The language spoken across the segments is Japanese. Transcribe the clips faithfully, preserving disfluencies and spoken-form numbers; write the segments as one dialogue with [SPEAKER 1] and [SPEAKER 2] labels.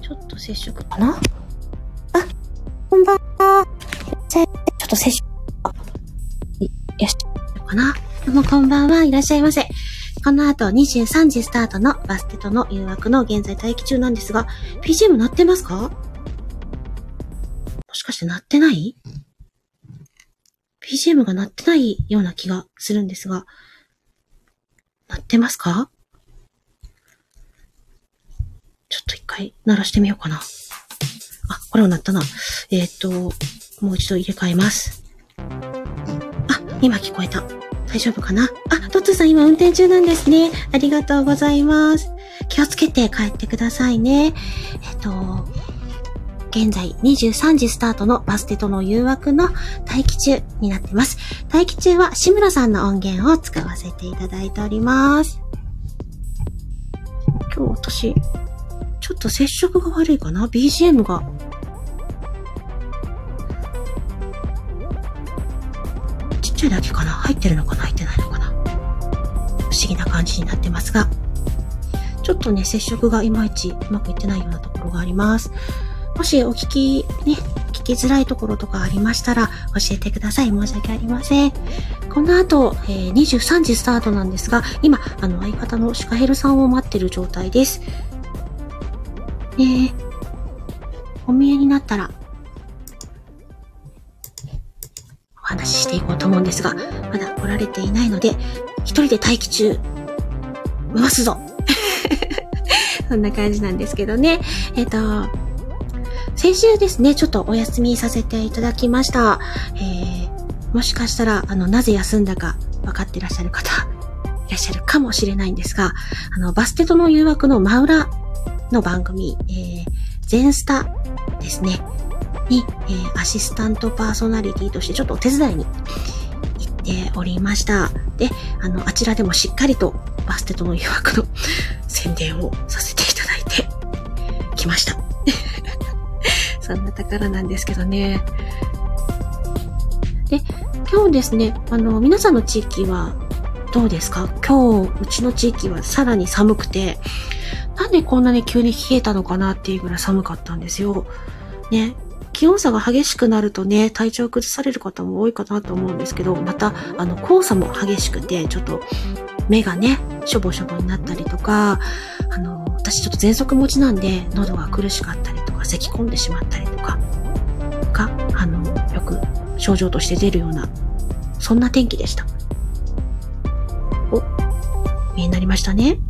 [SPEAKER 1] ちょっと接触かな。あ、こんばんは。ちょっと接触。いらっしゃるかな。どうもこんばんは。いらっしゃいませ。この後にじゅうさんじスタートのバステとの誘惑の現在待機中なんですが、ビージーエム 鳴ってますか？もしかして鳴ってない？ ビージーエム が鳴ってないような気がするんですが、鳴ってますか？ちょっと一回鳴らしてみようかな。あ、これは鳴ったな。えーっと、もう一度入れ替えます。あ、今聞こえた。大丈夫かな？あ、トッツーさん今運転中なんですね。ありがとうございます。気をつけて帰ってくださいね。えっと、現在にじゅうさんじスタートのバステとの誘惑の待機中になっています。待機中は志村さんの音源を使わせていただいております。今日私、ちょっと接触が悪いかな？ ビージーエム が。ちっちゃいだけかな？入ってるのかな？入ってないのかな？不思議な感じになってますが、ちょっとね、接触がいまいちうまくいってないようなところがあります。もしお聞き、ね、聞きづらいところとかありましたら教えてください。申し訳ありません。この後、えー、にじゅうさんじスタートなんですが、今、あの、相方のシカヘルさんを待ってる状態です。えー、お見えになったら、お話ししていこうと思うんですが、まだ来られていないので、一人で待機中、回すぞそんな感じなんですけどね。えっと、先週ですね、ちょっとお休みさせていただきました。えー、もしかしたら、あの、なぜ休んだか分かってらっしゃる方、いらっしゃるかもしれないんですが、あの、バステとの誘惑の真裏の番組、えー、ゼンスタですね、に、えー、アシスタントパーソナリティとしてちょっとお手伝いに行っておりました。で、あの、あちらでもしっかりとバステとの誘惑の宣伝をさせていただいてきました。そんな宝なんですけどね。で、今日ですね、あの、皆さんの地域はどうですか？今日、うちの地域はさらに寒くて、なんでこんなに急に冷えたのかなっていうぐらい寒かったんですよ。ね。気温差が激しくなるとね、体調を崩される方も多いかなと思うんですけど、また、あの、黄砂も激しくて、ちょっと目がね、しょぼしょぼになったりとか、あの、私ちょっと喘息持ちなんで、喉が苦しかったりとか、咳込んでしまったりとか、が、あの、よく症状として出るような、そんな天気でした。お、見えになりましたね。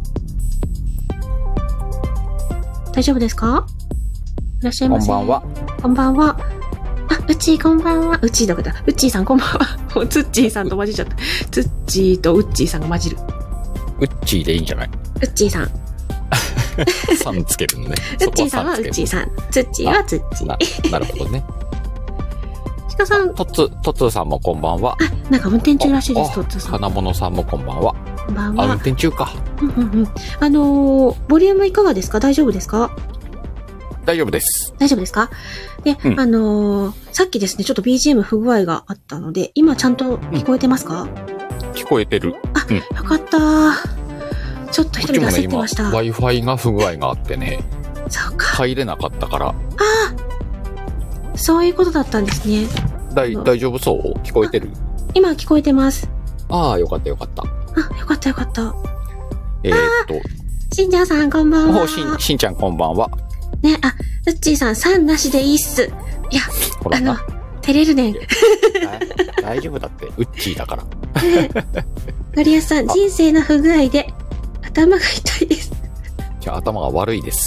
[SPEAKER 1] 大丈夫ですか？いらっしゃいませ。
[SPEAKER 2] こんばんは。
[SPEAKER 1] こんばんは。あ、うっちーこんばんは。うっちーだから、うっちーさんこんばんは。もうつっちーさんと混じっちゃった。つっちーとうっちーさんが混じる。
[SPEAKER 2] うっちーでいいんじゃない？
[SPEAKER 1] うっちーさん。
[SPEAKER 2] さんつけるのね。
[SPEAKER 1] うっちーさんはうっちーさん。つっちーはつっちー。
[SPEAKER 2] な, なるほどね。
[SPEAKER 1] 鹿さん。
[SPEAKER 2] とつ、とつさんもこんばんは。
[SPEAKER 1] あ、なんか運転中らしいです、とつさん。
[SPEAKER 2] 金物さんもこんばんは。
[SPEAKER 1] こんばんは。
[SPEAKER 2] あ、運転中か。
[SPEAKER 1] うんうんうん。あのー、ボリュームいかがですか？大丈夫ですか？
[SPEAKER 2] 大丈夫です。
[SPEAKER 1] 大丈夫ですか？で、うん、あのー、さっきですね、ちょっと ビージーエム 不具合があったので、今ちゃんと聞こえてますか？うん、
[SPEAKER 2] 聞こえてる。
[SPEAKER 1] あ、うん、よかったー。ちょっと一人で焦ってました。
[SPEAKER 2] うちもね、今 Wi-Fi が不具合があってね。
[SPEAKER 1] そうか。
[SPEAKER 2] 入れなかったから。あ
[SPEAKER 1] あ、そういうことだったんですね。
[SPEAKER 2] 大大丈夫そう？聞こえてる？
[SPEAKER 1] 今聞こえてます。
[SPEAKER 2] ああ、よかったよかった。
[SPEAKER 1] あ、よかったよかった。
[SPEAKER 2] えー、っと。
[SPEAKER 1] しんちゃんさんこんばんは。
[SPEAKER 2] おしん、しんちゃんこんばんは。
[SPEAKER 1] ね、あ、うっちーさん、さんなしでいいっす。いや、あの、照れるねん。
[SPEAKER 2] 大丈夫だって、うっちーだから。
[SPEAKER 1] ガリアさん、人生の不具合で頭が痛いです。
[SPEAKER 2] じゃあ、頭が悪いです。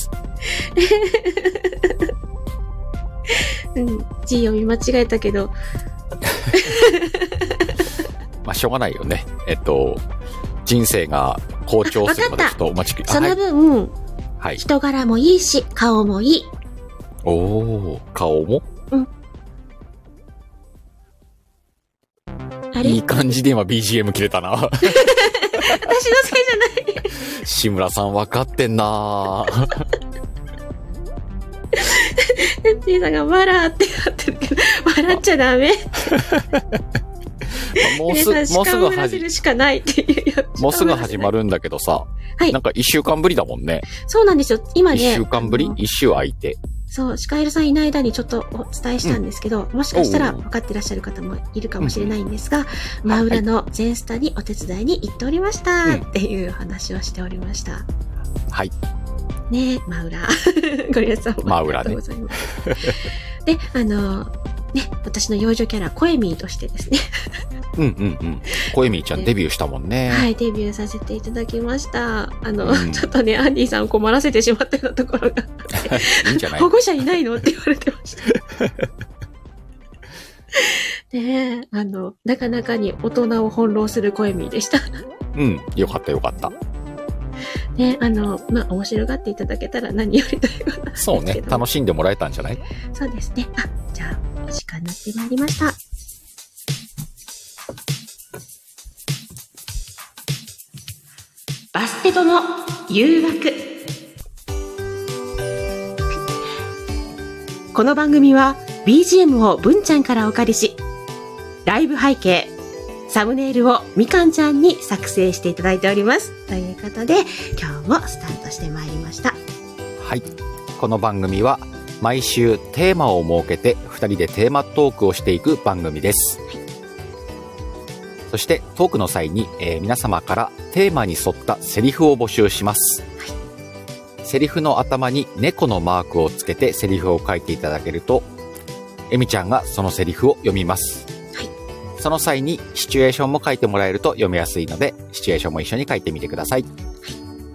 [SPEAKER 1] うん、字読み間違えたけど。
[SPEAKER 2] まあ、しょうがないよね。えっと、人生が好調するまでちょっとお待ちください。
[SPEAKER 1] その分、
[SPEAKER 2] はい、
[SPEAKER 1] 人柄もいいし、顔もいい。
[SPEAKER 2] おー、顔も？
[SPEAKER 1] うん。あれ？
[SPEAKER 2] いい感じで今 ビージーエム 切れたな。私のせい
[SPEAKER 1] じゃない。
[SPEAKER 2] 志村さん分かってんなぁ。
[SPEAKER 1] うっちーさんが笑ってやってるけど、笑っちゃダメ。
[SPEAKER 2] もうすぐ、もうすぐ始
[SPEAKER 1] るしかないっていう。
[SPEAKER 2] もうすぐ始まるんだけどさ。はい。なんか一週間ぶりだもんね。
[SPEAKER 1] そうなんですよ。今ね。
[SPEAKER 2] 一週間ぶり一週空いて。
[SPEAKER 1] そう、シカエルさんいない間にちょっとお伝えしたんですけど、うん、もしかしたら分かってらっしゃる方もいるかもしれないんですが、うん、真裏の全スタにお手伝いに行っておりました、うん、っていう話をしておりました。
[SPEAKER 2] はい。
[SPEAKER 1] ねえ、真裏。ごりやさんもありがとうございます。ね、で、あの、ね、私の幼女キャラ、コエミーとしてですね。
[SPEAKER 2] うんうんうん。コエミーちゃんデビューしたもんね。
[SPEAKER 1] はい、デビューさせていただきました。あの、うん、ちょっとね、アンディさんを困らせてしまったようなところがあって。いいんじゃない？保護者いないのって言われてました。ねえ、あの、なかなかに大人を翻弄するコエミーでした。
[SPEAKER 2] うん、よかったよかった。
[SPEAKER 1] ね、あの、まあ、面白がっていただけたら何よりということなんですけど。
[SPEAKER 2] そうね、楽しんでもらえたんじゃない？
[SPEAKER 1] そうですね。あ、じゃあ、お時間になってまいりました。バステとの誘惑。この番組は ビージーエム を文ちゃんからお借りし、ライブ背景、サムネイルをみかんちゃんに作成していただいております。ということで、今日もスタートしてまいりました。
[SPEAKER 2] はい。この番組は毎週テーマを設けてふたりでテーマトークをしていく番組です。はい、そしてトークの際に、えー、皆様からテーマに沿ったセリフを募集します。はい、セリフの頭に猫のマークをつけてセリフを書いていただけると、えみちゃんがそのセリフを読みます。はい、その際にシチュエーションも書いてもらえると読みやすいので、シチュエーションも一緒に書いてみてください。はい、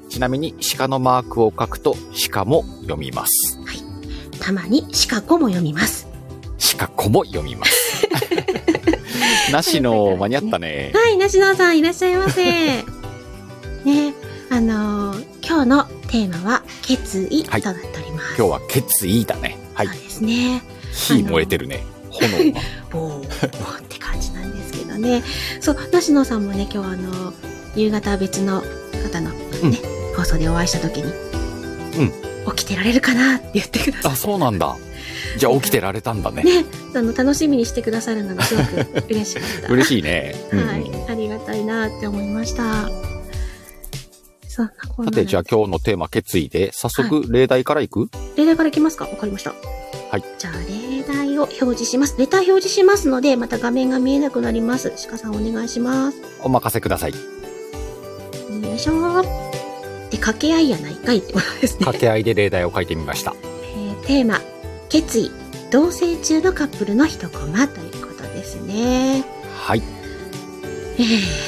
[SPEAKER 2] ちなみに鹿のマークを書くと鹿も読みます。
[SPEAKER 1] はい、たまに鹿子も読みます。
[SPEAKER 2] 鹿子も読みます。なしの間に合ったね。
[SPEAKER 1] はい、なしのさんいらっしゃいませ。ね、あのー、今日のテーマは決意となっております。
[SPEAKER 2] はい、今日は決意だね。はい。
[SPEAKER 1] そうですね。
[SPEAKER 2] 火燃えてるね。炎が。
[SPEAKER 1] ボー、ボーって感じなんですけどね。そう、なしのさんもね、今日あのー、夕方別の方のね、うん、放送でお会いした時に、うん、起きてられるかなって言ってください。
[SPEAKER 2] あ、そうなんだ。じゃあ起きてられたんだね。
[SPEAKER 1] ね、あの楽しみにしてくださるのがすごく嬉しかった。
[SPEAKER 2] 嬉しいね。
[SPEAKER 1] はい、うん、ありがたいなって思いました。そんなこんな。
[SPEAKER 2] さて、じゃあ今日のテーマ決意で早速例題からいく？はい、
[SPEAKER 1] 例題からいきますか？わかりました。はい。じゃあ例題を表示します。レター表示しますので、また画面が見えなくなります。鹿さんお願いします。
[SPEAKER 2] お任せください。
[SPEAKER 1] よいしょ。で、掛け合いやないかいってことですね。
[SPEAKER 2] 掛け合いで例題を書いてみました。
[SPEAKER 1] えー、テーマ。決意、同棲中のカップルの一コマということですね。
[SPEAKER 2] はい。
[SPEAKER 1] え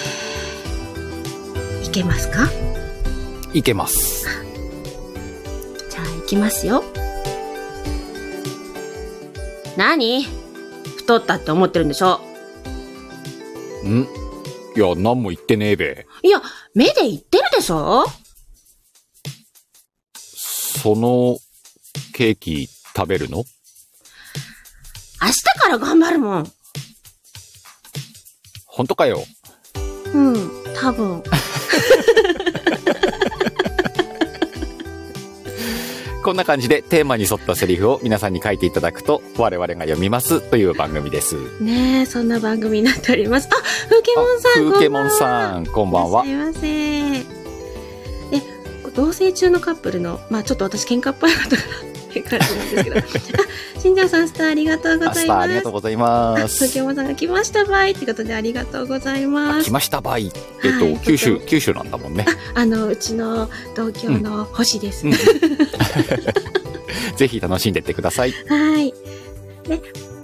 [SPEAKER 1] ー、いけますか？
[SPEAKER 2] いけます。
[SPEAKER 1] じゃあいきますよ。何？太ったって思ってるんでしょ？
[SPEAKER 2] ん？いや、何も言ってねえべ。
[SPEAKER 1] いや、目で言ってるでしょ？
[SPEAKER 2] そのケーキ食べるの？
[SPEAKER 1] 明日から頑張るもん。
[SPEAKER 2] 本当かよ。
[SPEAKER 1] うん、多分。
[SPEAKER 2] こんな感じでテーマに沿ったセリフを皆さんに書いていただくと我々が読みますという番組です。
[SPEAKER 1] ねえ、そんな番組になっております。あ、風景もんさん、
[SPEAKER 2] 風景もんさん、こんばんは。
[SPEAKER 1] いらっしゃいませ。で、同棲中のカップルの、まあちょっと私喧嘩っぽいことがって感じなんですけど。あ、新庄さんスターありがとうございます。
[SPEAKER 2] スターありがとうございます。
[SPEAKER 1] 風景もんさんが来ましたばいってことでありがとうございます。
[SPEAKER 2] 来ましたばい。えっと、はい、九州、九州なんだもんね。
[SPEAKER 1] あ、あの、うちの同郷の星です。うんうん、
[SPEAKER 2] ぜひ楽しんでってください。
[SPEAKER 1] はい。ね。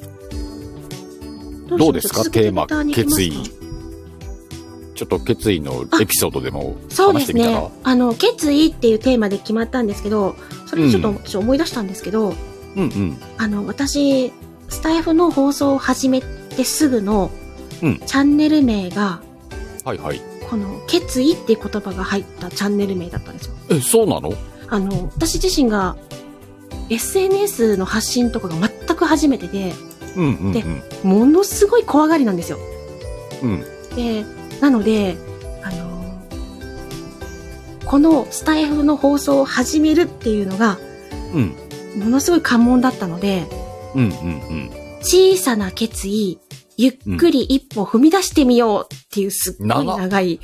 [SPEAKER 2] どうですかテーマ、決意。ちょっと決意のエピソードでも話してみたら。
[SPEAKER 1] そうですね。あの、決意っていうテーマで決まったんですけど、それでちょっと私思い出したんですけど、
[SPEAKER 2] うんうん、
[SPEAKER 1] あの、私、スタイフの放送を始めてすぐの、うん、チャンネル名が、
[SPEAKER 2] はいはい。
[SPEAKER 1] この、決意っていう言葉が入ったチャンネル名だったんですよ。
[SPEAKER 2] え、そうなの？
[SPEAKER 1] あの、私自身が、エスエヌエス の発信とかが全く初めてで、
[SPEAKER 2] うんうんうん、
[SPEAKER 1] で、ものすごい怖がりなんですよ。
[SPEAKER 2] うん、
[SPEAKER 1] で、なので、あの、このスタイフの放送を始めるっていうのが、うん、ものすごい関門だったので、
[SPEAKER 2] うんうんうん、
[SPEAKER 1] 小さな決意、 ゆっくり一歩踏み出してみようっていうすっごい長い、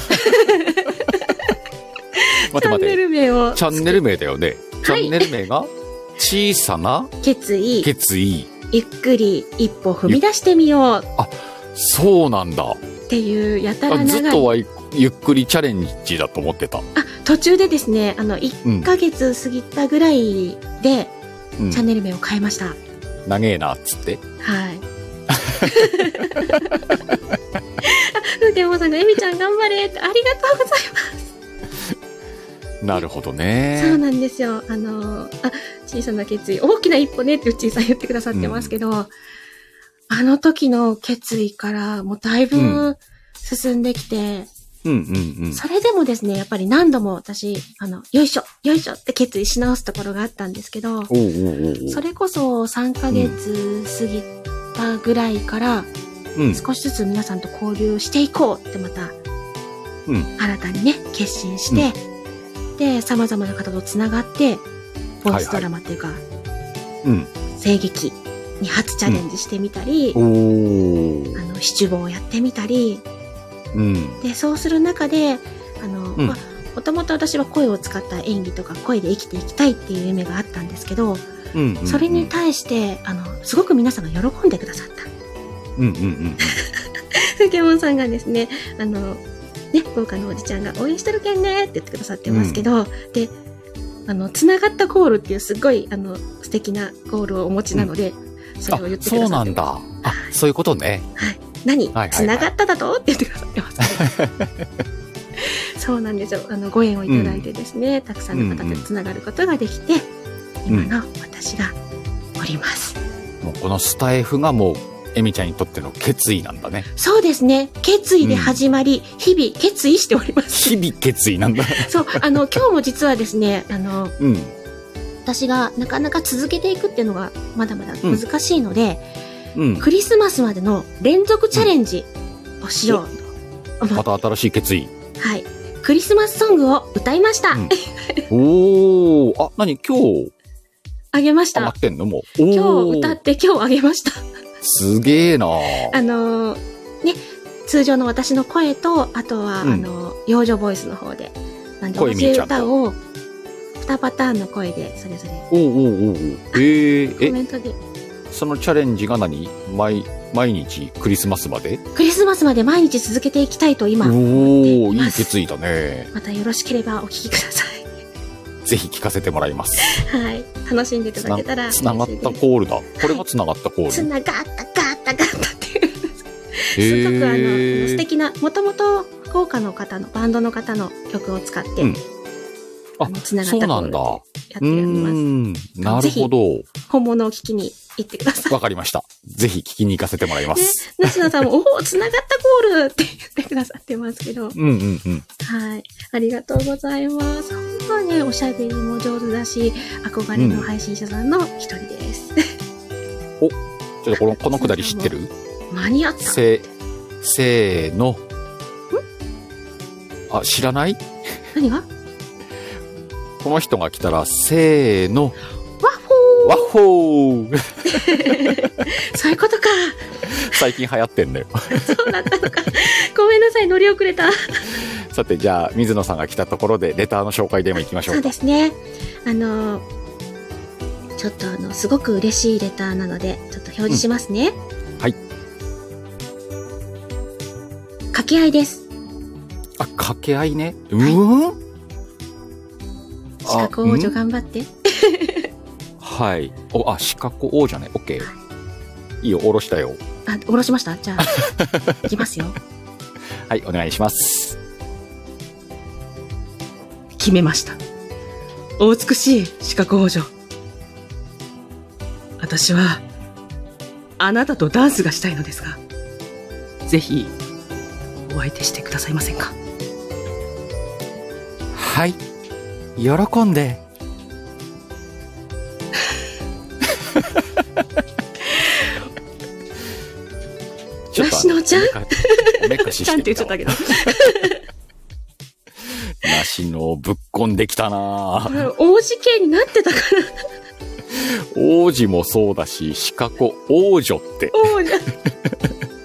[SPEAKER 2] 待って待って。チャンネ
[SPEAKER 1] ル名を。
[SPEAKER 2] チャンネル名だよね。チャンネル名が、小さな
[SPEAKER 1] 決意。
[SPEAKER 2] 決意。
[SPEAKER 1] ゆっくり一歩踏み出してみよう。
[SPEAKER 2] あ、そうなんだ。
[SPEAKER 1] っていうやたら長い。
[SPEAKER 2] ずっとはゆっくりチャレンジだと思ってた。
[SPEAKER 1] あ、途中でですね、あの、いっかげつ過ぎたぐらいで、うん、チャンネル名を変えました。
[SPEAKER 2] 長えな、っつって。
[SPEAKER 1] はい。ふうけんもさんが、えみちゃん頑張れって、ありがとうございます。
[SPEAKER 2] なるほどね。
[SPEAKER 1] そうなんですよ。あの、あ、小さな決意、大きな一歩ねってうちーさん言ってくださってますけど、うん、あの時の決意からもうだいぶ進んできて、
[SPEAKER 2] うんうんうんうん、
[SPEAKER 1] それでもですね、やっぱり何度も私、あの、よいしょ、よいしょって決意し直すところがあったんですけど、
[SPEAKER 2] おうおうおう、
[SPEAKER 1] それこそさんかげつ過ぎたぐらいから、うん、少しずつ皆さんと交流していこうってまた、うん、新たにね、決心して、うん、で、様々な方とつながって、ボイスドラマっていうか、はいはい、うん、声劇に初チャレンジしてみたり、うん、あの、七五をやってみたり、うん、で、そうする中で、あの、うん、まあ、もともと私は声を使った演技とか声で生きていきたいっていう夢があったんですけど、うんうんうん、それに対して、あの、すごく皆さんが喜んでくださった。
[SPEAKER 2] うんうんうん。
[SPEAKER 1] ふけもんさんがですね、あの、ね、豪華のおじちゃんが応援してるけんねって言ってくださってますけど、うん、で、あの、つながったゴールっていうすごい、あの、素敵なゴールをお持ちなので、うん、それを言ってくださってます。
[SPEAKER 2] そうなんだ。あ、そういうことね。
[SPEAKER 1] はい。何、はいはいはい、つながっただとって言ってくださってます、ね。そうなんですよ。あの、ご縁をいただいてですね、うん、たくさんの方とつながることができて、うんうん、今の私がおります。
[SPEAKER 2] もうこのスタイフがもう、エミちゃんにとっての決意なんだね。
[SPEAKER 1] そうですね。決意で始まり、うん、日々決意しております。
[SPEAKER 2] 日々決意なんだ。
[SPEAKER 1] そう、あの、今日も実はですね、あの、うん、私がなかなか続けていくっていうのがまだまだ難しいので、うん、クリスマスまでの連続チャレンジをしようと思って、
[SPEAKER 2] また新しい決意。
[SPEAKER 1] はい。クリスマスソングを歌いました。うん、
[SPEAKER 2] おー、あ、何今日
[SPEAKER 1] あげました。
[SPEAKER 2] 上がってんのも
[SPEAKER 1] う。今日歌って今日あげました。
[SPEAKER 2] すげえな
[SPEAKER 1] あのー、ね、通常の私の声と、あとは、うん、あのー、幼女ボイスの方で、なんで同じ歌をにパターンの声でそれぞれ。
[SPEAKER 2] おーおーおーえー、
[SPEAKER 1] コメントで。
[SPEAKER 2] そのチャレンジが何毎、毎日クリスマスまで
[SPEAKER 1] クリスマスまで毎日続けていきたいと今思っています。
[SPEAKER 2] おー、いい決意だね。
[SPEAKER 1] またよろしければお聞きください。
[SPEAKER 2] ぜひ聞かせてもらいます。
[SPEAKER 1] はい。楽しんでいただけたら。
[SPEAKER 2] つながったコールだ。これがつながったコール。
[SPEAKER 1] つながった、ガーッタ、ガーッタっていう。すごくあの、素敵な、もともと福岡の方の、バンドの方の曲を使って、うん、
[SPEAKER 2] あ、つながったコールでや
[SPEAKER 1] っております。
[SPEAKER 2] なるほど。
[SPEAKER 1] 本物を聞きに行ってください。
[SPEAKER 2] わかりました。ぜひ聞きに行かせてもらいます。
[SPEAKER 1] ね、梨野さんも、おお、つながったコールって言ってくださってますけど。
[SPEAKER 2] うんうんうん。
[SPEAKER 1] はい。ありがとうございます。本当にね、おしゃべりも上手だし、憧れの配信者さんの一人です。
[SPEAKER 2] うん、お、ちょっとこの、このくだり知ってる？
[SPEAKER 1] 間に合った。
[SPEAKER 2] せ、せーの。ん？あ、知らない？
[SPEAKER 1] 何が？
[SPEAKER 2] この人が来たら、せーの。
[SPEAKER 1] ワッホー
[SPEAKER 2] ワッホー
[SPEAKER 1] そういうことか。
[SPEAKER 2] 最近流行ってんだよ。
[SPEAKER 1] そうだったのか。ごめんなさい、乗り遅れた。
[SPEAKER 2] さて、じゃあ、水野さんが来たところで、レターの紹介でも行きましょうか。
[SPEAKER 1] そうですね。あの、ちょっとあの、すごく嬉しいレターなので、ちょっと表示しますね。
[SPEAKER 2] うん、はい。
[SPEAKER 1] 掛け合いです。
[SPEAKER 2] あ、掛け合いね。うーん、はい、
[SPEAKER 1] 四角王女頑張って。
[SPEAKER 2] はい。お、あ、四角王女ね。オッケー。いいよ、おろしたよ。
[SPEAKER 1] あ、おろしました？じゃあ、いきますよ。
[SPEAKER 2] はい、お願いします。
[SPEAKER 1] 決めました。お美しい四角王女。私は、あなたとダンスがしたいのですが、ぜひ、お相手してくださいませんか？
[SPEAKER 2] はい。喜んで。
[SPEAKER 1] 梨野ちゃん
[SPEAKER 2] めかししてみたわ。
[SPEAKER 1] ちゃんって言っちゃったけど。
[SPEAKER 2] 梨野ぶっこんできたな
[SPEAKER 1] 王子系になってたから。
[SPEAKER 2] 王子もそうだし、四角王女って。
[SPEAKER 1] 王女。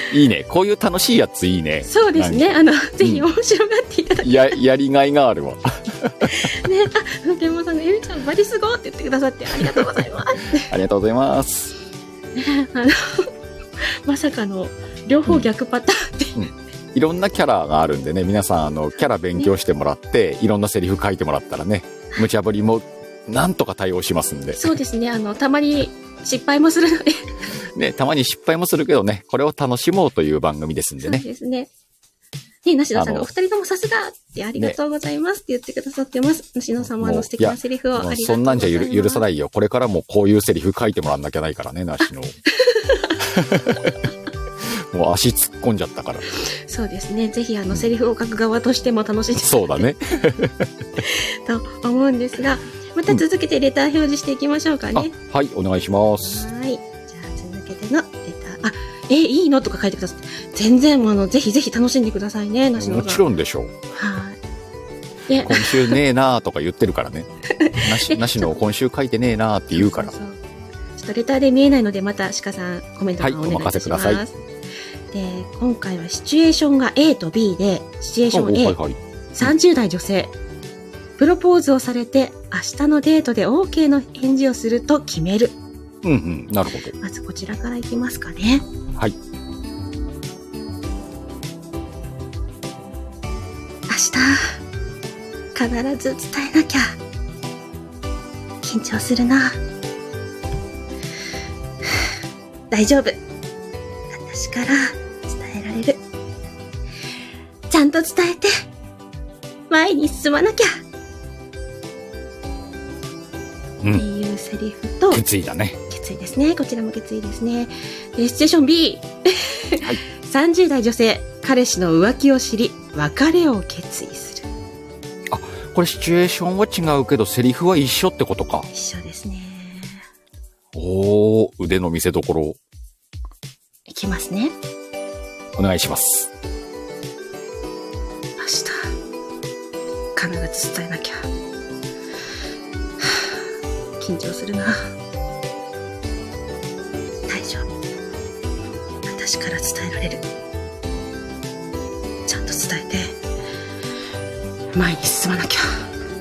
[SPEAKER 2] いいね。こういう楽しいやついいね。
[SPEAKER 1] そうですね。あの、ぜひ面白がっていただき、
[SPEAKER 2] や、やりがいがあるわ。
[SPEAKER 1] ね、あ、ふけもさんが、ゆみちゃんバリすごって言ってくださってありがとうございます。
[SPEAKER 2] ありがとうございます。
[SPEAKER 1] ね、あの、まさかの、両方逆パターンで、
[SPEAKER 2] うんうん、いろんなキャラがあるんでね、皆さん、あの、キャラ勉強してもらって、ね、いろんなセリフ書いてもらったらね、無茶ぶりも、なんとか対応しますんで。
[SPEAKER 1] そうですね。あの、たまに失敗もするので。
[SPEAKER 2] ね、たまに失敗もするけどね、これを楽しもうという番組ですんでね。
[SPEAKER 1] そうですね。ね、梨野さんがお二人ともさすがってありがとうございますって言ってくださってます。ね、梨野様の素敵なセリフをありがとうございます。
[SPEAKER 2] そんなんじゃ許さないよ。これからもこういうセリフ書いてもらわなきゃないからね、梨野。もう足突っ込んじゃったから。
[SPEAKER 1] そうですね。ぜひあのセリフを書く側としても楽しんで
[SPEAKER 2] そうだね。
[SPEAKER 1] と思うんですが、また続けてレター表示していきましょうかね。
[SPEAKER 2] はい、お願いします。
[SPEAKER 1] はい。じゃあ続けてのレター。あ、え、いいのとか書いてくださって。全然、あの、ぜひぜひ楽しんでくださいね、梨野さん。
[SPEAKER 2] もちろんでしょう。
[SPEAKER 1] はい。今
[SPEAKER 2] 週ねえなーとか言ってるからね。なし、なしの今週書いてねえなーって言うから。そうそうそう、
[SPEAKER 1] ちょっとレターで見えないので、また鹿さんコメントをお願いいたします。はい、お任せください。で、今回はシチュエーションが A と B で、シチュエーション A、はいはい、さんじゅう代女性、プロポーズをされて、明日のデートで OK の返事をすると決める。
[SPEAKER 2] うんうん、なるほど。
[SPEAKER 1] まずこちらからいきますかね。
[SPEAKER 2] はい。
[SPEAKER 1] 明日、必ず伝えなきゃ。緊張するな。大丈夫。私から伝えられる。ちゃんと伝えて、前に進まなきゃ。
[SPEAKER 2] うん、
[SPEAKER 1] っていうセリフと、
[SPEAKER 2] 決意だね。
[SPEAKER 1] 決意ですね。こちらも決意ですね。で、シチュエーション B。はい、さんじゅう代女性、彼氏の浮気を知り、別れを決意する。
[SPEAKER 2] あ、これシチュエーションは違うけど、セリフは一緒ってことか。
[SPEAKER 1] 一緒ですね。
[SPEAKER 2] おー、腕の見せ所。
[SPEAKER 1] いきますね。
[SPEAKER 2] お願いします。
[SPEAKER 1] 明日、必ず伝えなきゃ。緊張するな。大丈夫。私から伝えられる。ちゃんと伝えて、前に進まなきゃ。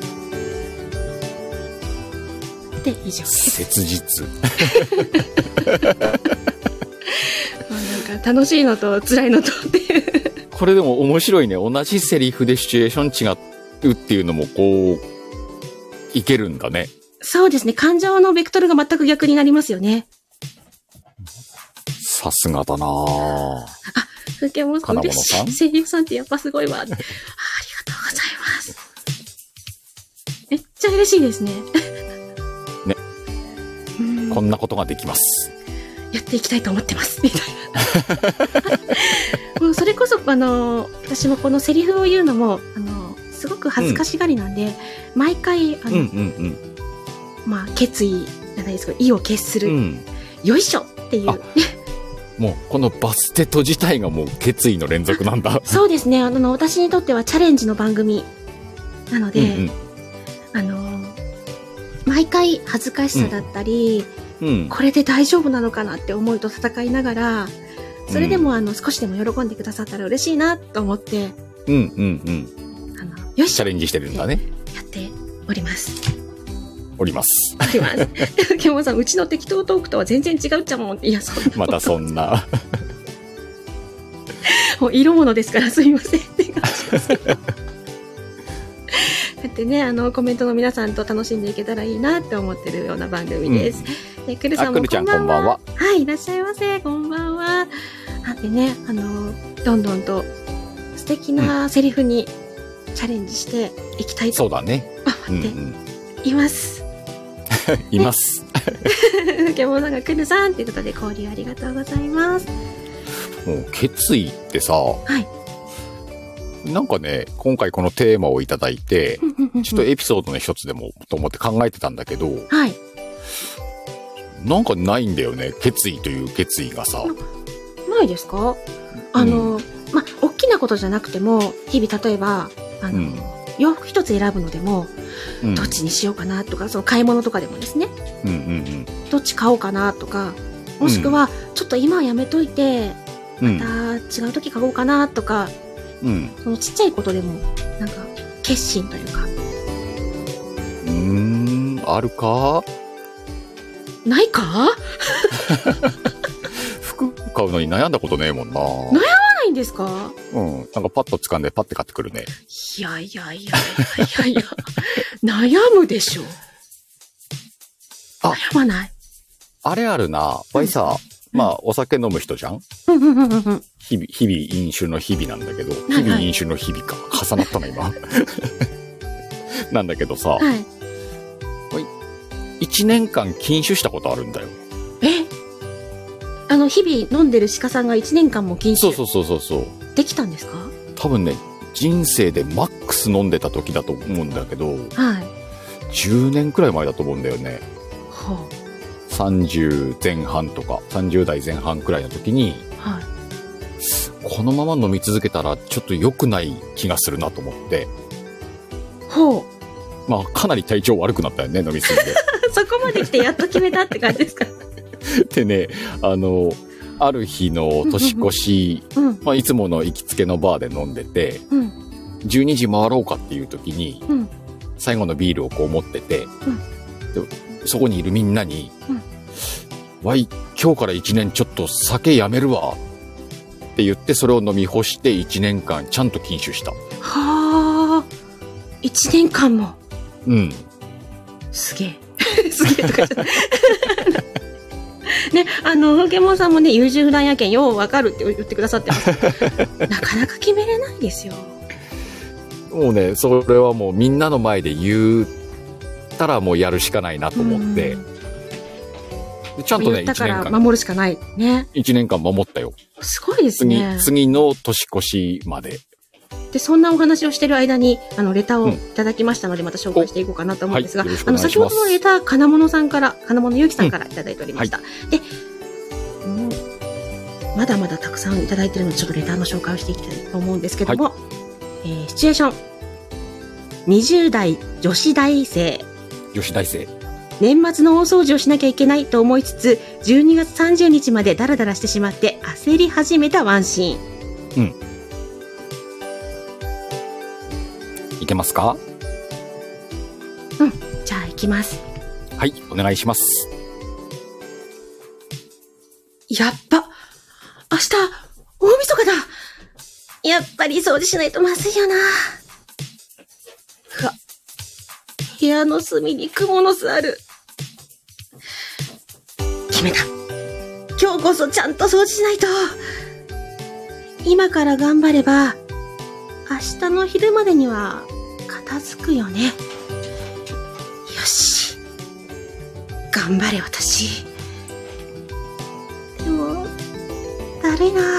[SPEAKER 1] で、以上です。
[SPEAKER 2] 切実。
[SPEAKER 1] なんか楽しいのと辛いのとっていう。
[SPEAKER 2] これでも面白いね。同じセリフでシチュエーション違うっていうのもこう、いけるんだね。
[SPEAKER 1] そうですね。感情のベクトルが全く逆になりますよね。
[SPEAKER 2] さすがだなぁ。
[SPEAKER 1] あ、ふけもさん、嬉しい。声優さんってやっぱすごいわ。あ、ありがとうございます。めっちゃ嬉しいですね。
[SPEAKER 2] ね。こんなことができます。
[SPEAKER 1] やっていきたいと思ってます。みたいな。もうそれこそ、あの、私もこのセリフを言うのも、あの、すごく恥ずかしがりなんで、うん、毎回、あの、うんうんうんまあ、決意じゃないですけど、意を決する、うん、よいしょっていう。
[SPEAKER 2] もう、このバステット自体がもう決意の連続なんだ。
[SPEAKER 1] そうですね。あの、私にとってはチャレンジの番組なので、うんうん、あの、毎回恥ずかしさだったり、うん、これで大丈夫なのかなって思いと戦いながら、それでも、あの、少しでも喜んでくださったら嬉しいなと思って、
[SPEAKER 2] うんうんうん。
[SPEAKER 1] あの、よし
[SPEAKER 2] チャレンジしてるんだね。
[SPEAKER 1] やっております。
[SPEAKER 2] おります。
[SPEAKER 1] おります。ケモさん、うちの適当トークとは全然違うっちゃもん。いや、そんな。
[SPEAKER 2] またそんな。
[SPEAKER 1] もう色物ですからすいませんって感じですけど。だってね、あの、コメントの皆さんと楽しんでいけたらいいなって思ってるような番組です。うん、で、くるさんもこんばんは。は。はい、いらっしゃいませ。こんばんは。なんでね、あの、どんどんと素敵なセリフにチャレンジしていきたいと思っています。
[SPEAKER 2] います。
[SPEAKER 1] ケモさんがくるさんということで交流ありがとうございます。
[SPEAKER 2] もう決意ってさ、はい、なんかね、今回このテーマをいただいて、ちょっとエピソードの一つでもと思って考えてたんだけど、はい、なんかないんだよね、決意という決意がさ。
[SPEAKER 1] ないですか？あの、うん、ま、大きなことじゃなくても、日々例えば、あの、うん、洋服一つ選ぶのでも、うん、どっちにしようかなとか、その買い物とかでもですね、うんうんうん、どっち買おうかなとか、もしくは、ちょっと今はやめといて、 また違う時買おうかなとか、
[SPEAKER 2] うん。
[SPEAKER 1] そのちっちゃいことでも、なんか、決心というか。
[SPEAKER 2] うーん、あるか？
[SPEAKER 1] ないか？
[SPEAKER 2] 服買うのに悩んだことねえもんな。
[SPEAKER 1] 悩まないんですか？
[SPEAKER 2] うん。なんかパッと掴んでパッて買ってくるね。
[SPEAKER 1] いやいやいやいやいやいや、悩むでしょ。
[SPEAKER 2] あ、
[SPEAKER 1] 悩まない。
[SPEAKER 2] あれあるな。わいさ、うん、まあ、お酒飲む人じゃん？
[SPEAKER 1] うんうんうんうん。
[SPEAKER 2] 日々、日々飲酒の日々なんだけど、はいはい、日々飲酒の日々か。重なったな、今。なんだけどさ、はい。一年間禁酒したことあるんだよ。
[SPEAKER 1] え？あの、日々飲んでる鹿さんが一年間も禁酒。
[SPEAKER 2] そうそうそうそう。
[SPEAKER 1] できたんですか？
[SPEAKER 2] 多分ね、人生でマックス飲んでた時だと思うんだけど、はい。じゅうねんくらい前だと思うんだよね。はあ、さんじゅう前半とか、さんじゅう代前半くらいの時に、はい。このまま飲み続けたらちょっと良くない気がするなと思って。
[SPEAKER 1] ほう。
[SPEAKER 2] まあ、かなり体調悪くなったよね、飲みすぎて。
[SPEAKER 1] そこまで来てやっと決めたって感じですか？
[SPEAKER 2] でね、あの、ある日の年越し、うん、まあ、いつもの行きつけのバーで飲んでて、うん、じゅうにじ回ろうかっていう時に、うん、最後のビールをこう持ってて、うん、でそこにいるみんなに、うん、わい、今日からいちねんちょっと酒やめるわって言って、それを飲み干していちねんかんちゃんと禁酒した。
[SPEAKER 1] はあ、いちねんかんも。
[SPEAKER 2] うん。す
[SPEAKER 1] げえ。すげえとか言っね、あの、ホケモンさんもね、優柔不断やけん、ようわかるって言ってくださってます。なかなか決めれないですよ。
[SPEAKER 2] もうね、それはもうみんなの前で言ったらもうやるしかないなと思って。ちゃんとね、いちねんかん。だから
[SPEAKER 1] 守るしかない。ね。
[SPEAKER 2] いちねんかん守ったよ。
[SPEAKER 1] すごいですね。
[SPEAKER 2] 次、次の年越しまで。
[SPEAKER 1] で、そんなお話をしている間に、あの、レターをいただきましたので、うん、また紹介していこうかなと思うんですが、はい、あの、先ほどのレター、金物さんから、金物ゆうきさんからいただいておりました。うんはい、で、もう、まだまだたくさんいただいているので、ちょっとレターの紹介をしていきたいと思うんですけども、はい、えー、シチュエーション。にじゅう代女子大生。
[SPEAKER 2] 女子大生。
[SPEAKER 1] 年末の大掃除をしなきゃいけないと思いつつ、じゅうにがつさんじゅうにちまでダラダラしてしまって焦り始めたワンシーン。うん。
[SPEAKER 2] いけますか？
[SPEAKER 1] うん。じゃあ行きます。
[SPEAKER 2] はい、お願いします。
[SPEAKER 1] やっぱ、明日、大晦日だ。やっぱり掃除しないとまずいよな。ふわ。部屋の隅に蜘蛛の巣ある。決めた。今日こそちゃんと掃除しないと。今から頑張れば、明日の昼までには片付くよね。よし。頑張れ私。でも、だるいな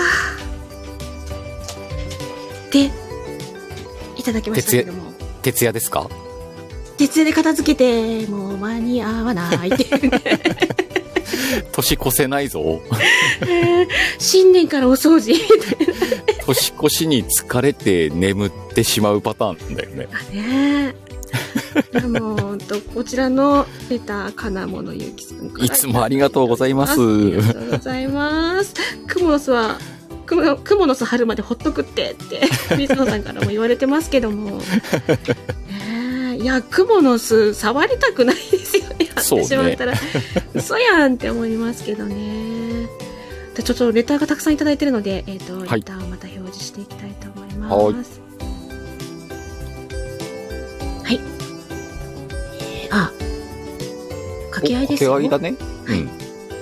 [SPEAKER 1] で、いただきましたけども。
[SPEAKER 2] 徹夜ですか？
[SPEAKER 1] 徹夜で片付けて、もう間に合わないっていうね。
[SPEAKER 2] 年越せないぞ。
[SPEAKER 1] えー、新年からお掃除みたいな。
[SPEAKER 2] 年越しに疲れて眠ってしまうパターンだよね。
[SPEAKER 1] あねでもとこちらのレター金物ゆうきさんからい
[SPEAKER 2] つもありがとうございます。あ
[SPEAKER 1] りがとうございます。クモの巣はクモクモの巣春までほっとくってって水野さんからも言われてますけども、ね、いやクモの巣触りたくないですよね。やってしまったら、ね、嘘やんって思いますけどね。ちょっとレターがたくさんいただいているので、えっと、レターをまた表示していきたいと思います。はい。えー、あ、掛け合いですよ。
[SPEAKER 2] 掛け合いだね。はい。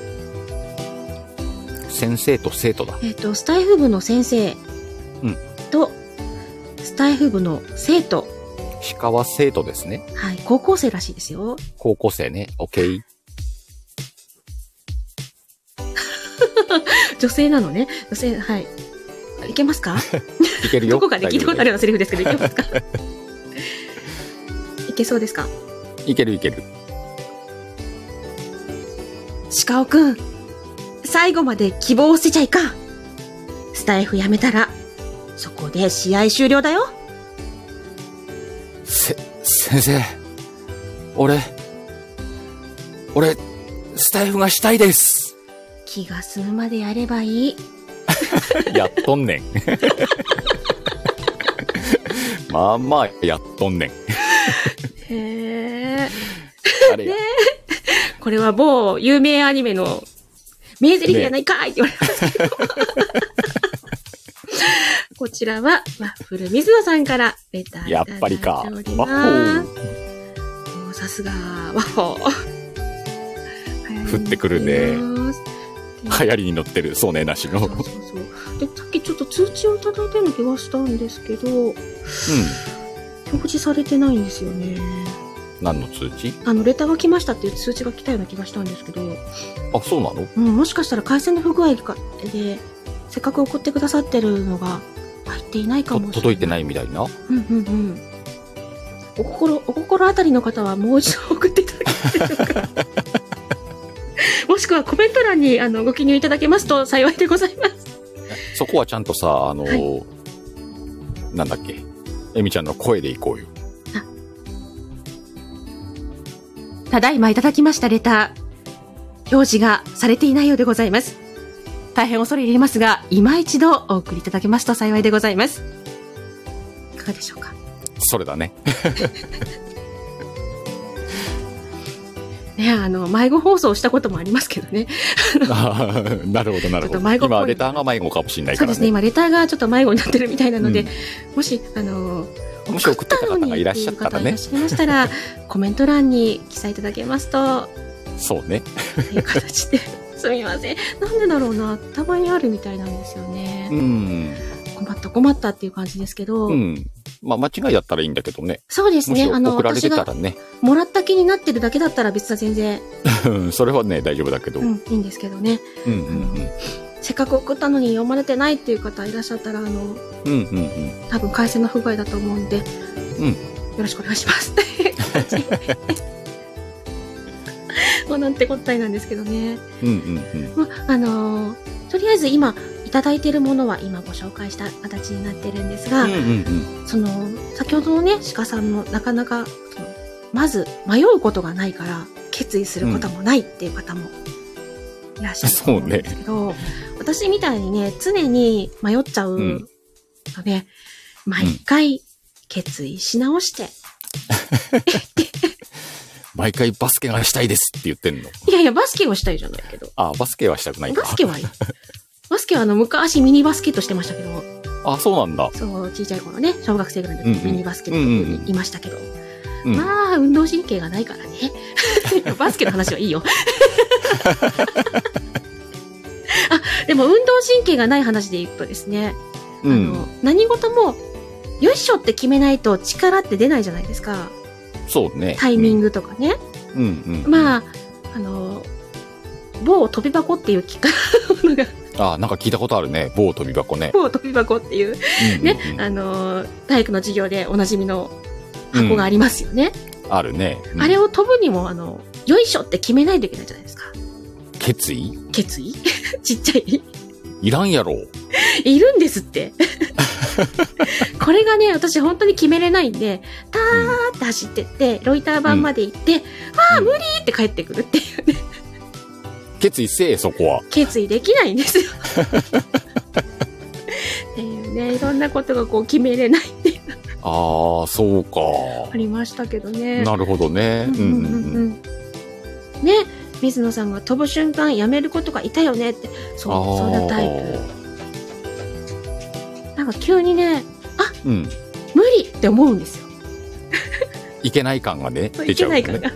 [SPEAKER 2] うん、先生と生徒だ。
[SPEAKER 1] えっと、スタイフ部の先生と、うん、スタイフ部の生徒。
[SPEAKER 2] 鹿は生徒ですね。
[SPEAKER 1] はい。高校生らしいですよ。
[SPEAKER 2] 高校生ね。OK。
[SPEAKER 1] 女性なのね。女性、はい。いけますか？
[SPEAKER 2] いけるよ。
[SPEAKER 1] どこかで聞いたことあるようなセリフですけど、いけますか？いけそうですか？
[SPEAKER 2] いけるいける。
[SPEAKER 1] 鹿尾くん、最後まで希望を捨てちゃいかん。スタイフやめたら、そこで試合終了だよ。
[SPEAKER 2] せ、先生。俺、俺、スタイフがしたいです。
[SPEAKER 1] 気が済むまでやればいい。
[SPEAKER 2] やっとんねん。まあまあやっとんねん。
[SPEAKER 1] へー。
[SPEAKER 2] あれや。
[SPEAKER 1] ね、これは某有名アニメの名台詞やないかいって言われますけど。こちらはワッフル水野さんからレターいただいております。
[SPEAKER 2] やっぱりか。ワッホ
[SPEAKER 1] ー。もうさすがワッホー。
[SPEAKER 2] 降ってくるね。流行りに乗ってる、そうねなしの。そうそうそう。
[SPEAKER 1] で、さっきちょっと通知をいただいたような気がしたんですけど、うん、表示されてないんですよね。
[SPEAKER 2] 何の通知？
[SPEAKER 1] あの、レターが来ましたっていう通知が来たような気がしたんですけど。
[SPEAKER 2] あ、そうなの？
[SPEAKER 1] うん、もしかしたら回線の不具合かで、せっかく送ってくださってるのが入っていないかもしれない。
[SPEAKER 2] 届いてないみたいな？
[SPEAKER 1] うんうんうん。お心、お心当たりの方はもう一度送っていただけますでしょうか。もしくはコメント欄にあのご記入いただけますと幸いでございます。
[SPEAKER 2] そこはちゃんとさ、あのーはい、なんだっけ、えみちゃんの声でいこうよ。
[SPEAKER 1] ただいまいただきましたレター、表示がされていないようでございます。大変恐れ入れますが、今一度お送りいただけますと幸いでございます。いかがでしょうか。
[SPEAKER 2] それだね。
[SPEAKER 1] ね、あの迷子放送したこともありますけどね。
[SPEAKER 2] あなるほどなるほど。今レターが迷子かもしれないからね。
[SPEAKER 1] そうですね。今レターがちょっと迷子になってるみたいなので、うん、もしあの
[SPEAKER 2] もし送ってた方がいらっしゃったらね、いらっしゃいましたら
[SPEAKER 1] コメント欄に記載いただけますと、
[SPEAKER 2] そうね。
[SPEAKER 1] という形で。すみません。なんでだろうな。たまにあるみたいなんですよね。
[SPEAKER 2] うん。
[SPEAKER 1] 困った困ったっていう感じですけど。
[SPEAKER 2] うん。まあ間違いだったらいいんだけどね。
[SPEAKER 1] そうですね。あの、
[SPEAKER 2] 送られてたらね。
[SPEAKER 1] もらった気になってるだけだったら別は全然。
[SPEAKER 2] それはね、大丈夫だけど。
[SPEAKER 1] うん、いいんですけどね。
[SPEAKER 2] うんうんうん。
[SPEAKER 1] せっかく送ったのに読まれてないっていう方いらっしゃったら、あの、うん
[SPEAKER 2] うんうん。
[SPEAKER 1] 多分回線の不具合だと思うんで、
[SPEAKER 2] うん。よ
[SPEAKER 1] ろしくお願いします。もうなんてこったいなんですけどね。
[SPEAKER 2] うんうんうん。
[SPEAKER 1] まあ、あのー、とりあえず今いただいているものは今ご紹介した形になってるんですが、
[SPEAKER 2] うんうんうん、
[SPEAKER 1] その先ほどのね鹿さんのなかなかそのまず迷うことがないから決意することもないっていう方もいらっしゃると思うんですけど、うんね、私みたいにね常に迷っちゃうので、うん、毎回決意し直して、うん
[SPEAKER 2] 毎回バスケがしたいですって言ってんの？
[SPEAKER 1] いやいや、バスケはしたいじゃないけど。
[SPEAKER 2] ああ、バスケはしたくないか。
[SPEAKER 1] バスケはいい。バスケはあの、昔ミニバスケットしてましたけど。
[SPEAKER 2] あ、そうなんだ。
[SPEAKER 1] そう、小さい頃ね、小学生ぐらいの時、うんうん、ミニバスケットにいましたけど。
[SPEAKER 2] うんうん、
[SPEAKER 1] まあ、運動神経がないからね。バスケの話はいいよ。あ、でも運動神経がない話で言うとですね、うん、あの、何事も、よいしょって決めないと力って出ないじゃないですか。
[SPEAKER 2] そうね。
[SPEAKER 1] タイミングとかね。
[SPEAKER 2] うんうんうん、
[SPEAKER 1] まあ、あの、某飛び箱っていう機械のが。
[SPEAKER 2] ああ、なんか聞いたことあるね。某飛び箱ね。
[SPEAKER 1] 某飛び箱っていう、うんうんうん、ね、あの、体育の授業でおなじみの箱がありますよね。
[SPEAKER 2] うん、あるね、
[SPEAKER 1] うん。あれを飛ぶにも、あの、よいしょって決めないといけないじゃないですか。
[SPEAKER 2] 決意？
[SPEAKER 1] 決意ちっちゃい
[SPEAKER 2] いらんやろ。
[SPEAKER 1] いるんですって。これがね、私本当に決めれないんで、たーって走ってって、ロイター板まで行って、うん、わー、無理って帰ってくるっていうね。
[SPEAKER 2] 決意せえ、そこは。
[SPEAKER 1] 決意できないんですよ。っていうね、いろんなことがこう決めれないっていう。
[SPEAKER 2] ああ、そうか。
[SPEAKER 1] ありましたけどね。
[SPEAKER 2] なるほどね。うんうんうん。
[SPEAKER 1] ね、水野さんが飛ぶ瞬間やめる子とかいたよねって。そう、そんなタイプ。なんか急にね、あ、うん、無理って思うんですよ。
[SPEAKER 2] いけない感がね、出ちゃう、ね。いけない感が。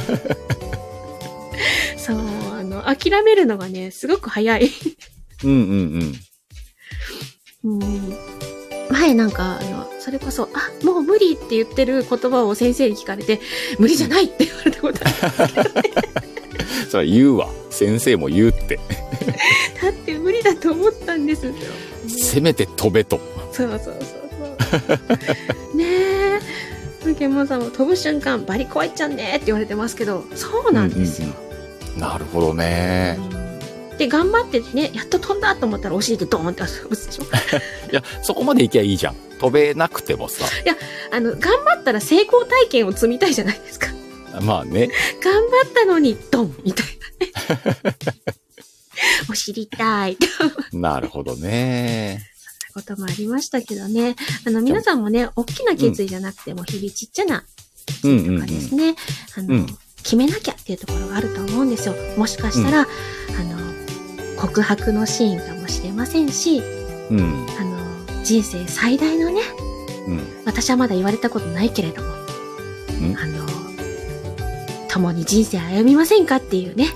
[SPEAKER 1] そう、あの、諦めるのがね、すごく早い。
[SPEAKER 2] うんうん
[SPEAKER 1] うん。うん。前なんか、あの、それこそ、あ、もう無理って言ってる言葉を先生に聞かれて、無理じゃないって言われたことあるんですけどね。
[SPEAKER 2] それは言うわ。先生も言うって。
[SPEAKER 1] だって無理だと思ったんですよ。
[SPEAKER 2] せめて飛べと。
[SPEAKER 1] そうそうそうそう。ねえ。ケモンさんも飛ぶ瞬間バリ怖いっちゃんねって言われてますけど、そうなんですよ。
[SPEAKER 2] うんうん、なるほどね、
[SPEAKER 1] うん。で、頑張ってね、やっと飛んだと思ったらお尻でドーンって押すでしょ。
[SPEAKER 2] いや、そこまで行きゃいいじゃん。飛べなくてもさ。
[SPEAKER 1] いや、あの、頑張ったら成功体験を積みたいじゃないですか。
[SPEAKER 2] まあね。
[SPEAKER 1] 頑張ったのにドンみたいなね。 を知りたい。
[SPEAKER 2] なるほどね。
[SPEAKER 1] そんなこともありましたけどね。あの、皆さんもね、大きな決意じゃなくても、日々ちっちゃな決意とかですね、あの、うん、決めなきゃっていうところがあると思うんですよ。もしかしたら、うん、あの、告白のシーンかもしれませんし、うん、あの、人生最大のね、うん、私はまだ言われたことないけれども、うん、あの、共に人生歩みませんかっていうね。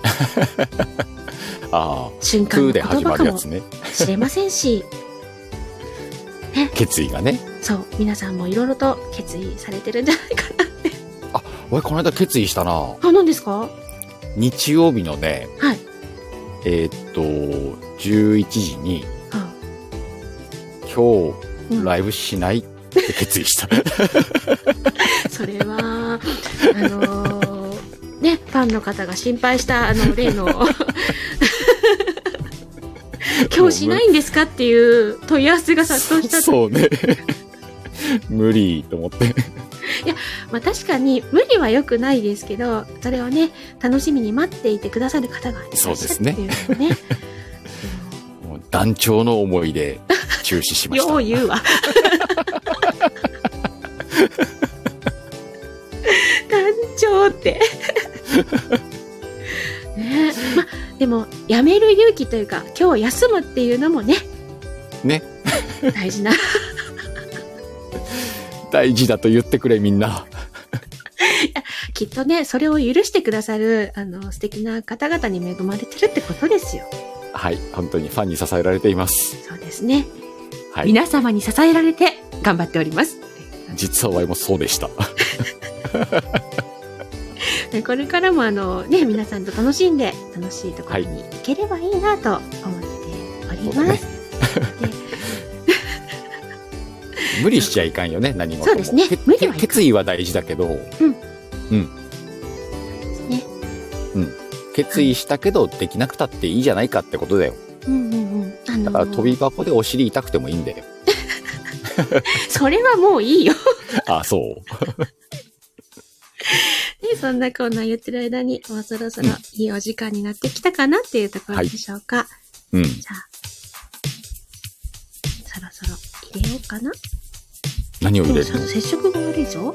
[SPEAKER 2] ああ、
[SPEAKER 1] 瞬間の言葉かもしれませんし、
[SPEAKER 2] ね、決意がね。
[SPEAKER 1] そう、皆さんもいろいろと決意されてるんじゃないかなって。
[SPEAKER 2] あ、俺この間決意したな。
[SPEAKER 1] あ、何ですか？
[SPEAKER 2] 日曜日のね、
[SPEAKER 1] はい。
[SPEAKER 2] えー、っと、じゅういちじに、はあ、今日、ライブしないって決意した。うん、
[SPEAKER 1] それは、あのー、ね、ファンの方が心配した、あの、例の、今日しないんですかっていう問い合わせが殺到した。
[SPEAKER 2] そうね。無理と思って。い
[SPEAKER 1] や、まあ確かに無理は良くないですけど、それをね、楽しみに待っていてくださる方がいらっしゃるっていうのね。
[SPEAKER 2] もう団長の思いで中止しました。
[SPEAKER 1] よう言うわ。団長って。ね、まあでもやめる勇気というか今日休むっていうのもね。
[SPEAKER 2] ね。
[SPEAKER 1] 大事な。
[SPEAKER 2] 大事だと言ってくれみんな。
[SPEAKER 1] きっとねそれを許してくださるあの素敵な方々に恵まれてるってことですよ。
[SPEAKER 2] はい、本当にファンに支えられています。
[SPEAKER 1] そうですね。はい、皆様に支えられて頑張っております。
[SPEAKER 2] 実は我もそうでした。
[SPEAKER 1] これからもあのね皆さんと楽しんで楽しいところに行ければいいなと思っております。はい、
[SPEAKER 2] 無理しちゃいかんよね何事も。
[SPEAKER 1] そうですね。無理は
[SPEAKER 2] 決意は大事だけど、うん、うん、
[SPEAKER 1] そうですね。
[SPEAKER 2] うん、決意したけど、はい、できなくたっていいじゃないかってことだよ。
[SPEAKER 1] うんうんうん。あのー、
[SPEAKER 2] だから飛び箱でお尻痛くてもいいんだよ。
[SPEAKER 1] それはもういいよ。
[SPEAKER 2] あ、そう。
[SPEAKER 1] ね、そんなこんな言ってる間に、もうそろそろいいお時間になってきたかなっていうところでしょうか。はい、うん。じゃあ、そろそろ入れようかな。
[SPEAKER 2] 何を入れるの？
[SPEAKER 1] 接触が悪いぞ。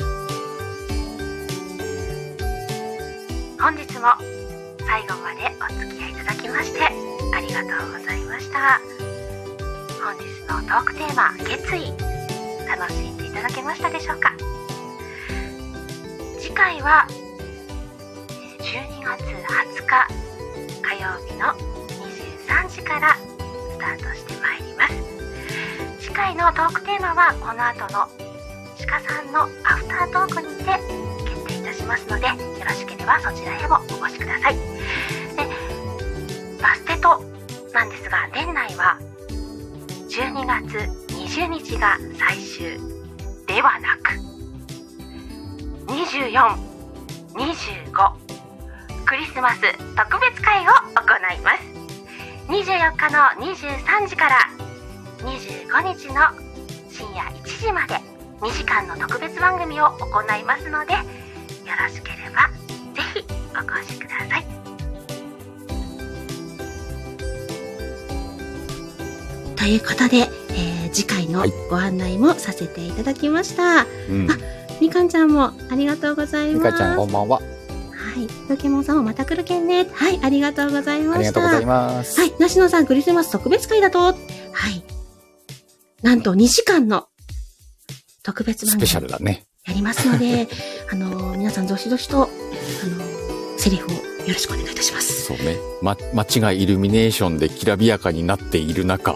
[SPEAKER 1] 本日も最後までお付き合いいただきましてありがとうございました。本日のトークテーマ、決意、楽しんでいただけましたでしょうか？次回はじゅうにがつはつか火曜日のにじゅうさんじからスタートしてまいります。次回のトークテーマはこの後の鹿さんのアフタートークにて決定いたしますので、よろしければそちらへもお越しください。で、バステトなんですが、年内はじゅうにがつにじゅうにちが最終ではなくにじゅうよん、にじゅうごクリスマス特別会を行います。にじゅうよっかのにじゅうさんじからにじゅうごにちの深夜いちじまでにじかんの特別番組を行いますので、よろしければぜひお越しください。ということで、えー、次回のご案内もさせていただきました。はい、うん、あ、みかんちゃんもありがとうございます。
[SPEAKER 2] みかんちゃんこんばんは。は
[SPEAKER 1] い、ポケモンさんもまた来るけんね。はい、ありがとうございました。あり
[SPEAKER 2] がとうございます。
[SPEAKER 1] はい、なしのさんクリスマス特別会だと。はい。なんとにじかんの特別番組。
[SPEAKER 2] スペシャルだね。
[SPEAKER 1] やりますので、あのー、皆さんどしどしと、あのー、セリフをよろしくお願いいたします。
[SPEAKER 2] そうね。ま、街がイルミネーションできらびやかになっている中。
[SPEAKER 1] はい。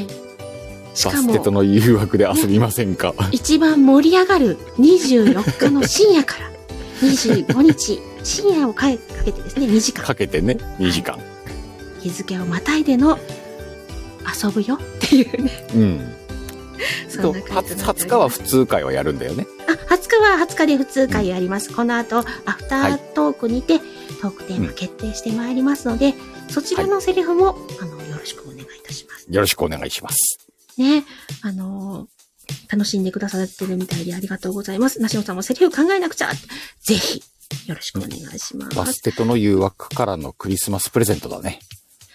[SPEAKER 2] しかもバステとの誘惑で遊びませんか、ね、
[SPEAKER 1] 一番盛り上がるにじゅうよっかの深夜からにじゅうごにち深夜をかけてですね、にじかん。
[SPEAKER 2] かけてね、にじかん。
[SPEAKER 1] 日付をまたいでの遊ぶよっていうね。うん。
[SPEAKER 2] そんな感じはつかは普通会をやるんだよね。
[SPEAKER 1] あ、はつかははつかで普通会やります。うん、この後、アフタートークにて、トークテーマ決定してまいりますので、うん、そちらのセリフも、はい、あの、よろしくお願いいたします。
[SPEAKER 2] よろしくお願いします。
[SPEAKER 1] ね、あのー、楽しんでくださってるみたいでありがとうございます。なしのさんもセリフ考えなくちゃ。ぜひ、よろしくお願いします。
[SPEAKER 2] バステとの誘惑からのクリスマスプレゼントだね。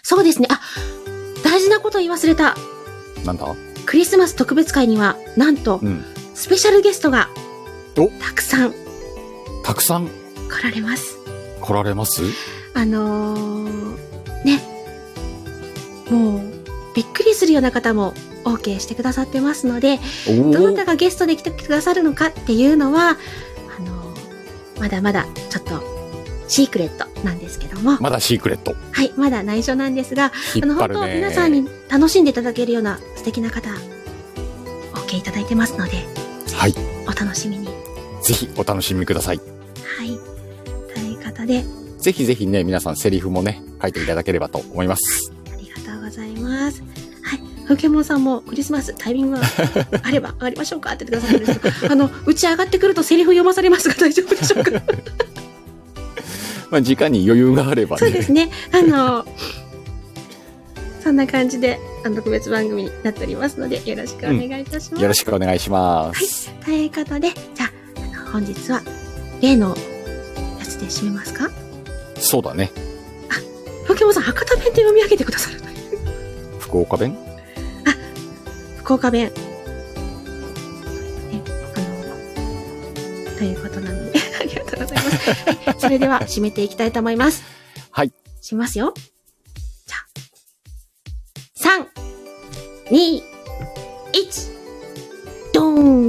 [SPEAKER 1] そうですね。あ、大事なこと言い忘れた。
[SPEAKER 2] なんだ？
[SPEAKER 1] クリスマス特別会には、なんと、
[SPEAKER 2] うん。
[SPEAKER 1] スペシャルゲストが、
[SPEAKER 2] お
[SPEAKER 1] たくさん
[SPEAKER 2] たくさん
[SPEAKER 1] 来られます。
[SPEAKER 2] 来られます？
[SPEAKER 1] あのー、ね。もう、びっくりするような方も OK してくださってますので、
[SPEAKER 2] お
[SPEAKER 1] どなた
[SPEAKER 2] ー。
[SPEAKER 1] がゲストで来てくださるのかっていうのは、あのー、まだまだちょっとシークレットなんですけども、
[SPEAKER 2] まだシークレット。
[SPEAKER 1] はい、まだ内緒なんですが、
[SPEAKER 2] 引
[SPEAKER 1] あの、本当
[SPEAKER 2] っ張るね。
[SPEAKER 1] 皆さんに楽しんでいただけるような素敵な方、OK いただいてますので、
[SPEAKER 2] はい。
[SPEAKER 1] お楽しみに。
[SPEAKER 2] ぜひお楽しみください。
[SPEAKER 1] はい。ということで、
[SPEAKER 2] ぜひぜひね、皆さんセリフもね、書いていただければと思います。
[SPEAKER 1] ありがとうございます。はい。ふけもんさんもクリスマスタイミングがあれば上がりましょうかって言ってくださるんですけど、あの、うち上がってくるとセリフ読まされますが大丈夫でしょうか？
[SPEAKER 2] まあ、時間に余裕があればね。
[SPEAKER 1] そうですね。あの、そんな感じで、あの、特別番組になっておりますので、よろしくお願いいたします。
[SPEAKER 2] よろしくお願いします。
[SPEAKER 1] ということで、じゃあ、あの本日は、例のやつで締めますか？
[SPEAKER 2] そうだね。
[SPEAKER 1] ふけもんさん、博多弁で読み上げてくださるという。
[SPEAKER 2] 福岡弁？
[SPEAKER 1] 福岡弁。ね、あの、ということなので、ありがとうございます。はい、それでは、締めていきたいと思います。
[SPEAKER 2] はい。
[SPEAKER 1] しますよ。じゃあ、さん、に、いち、ドーン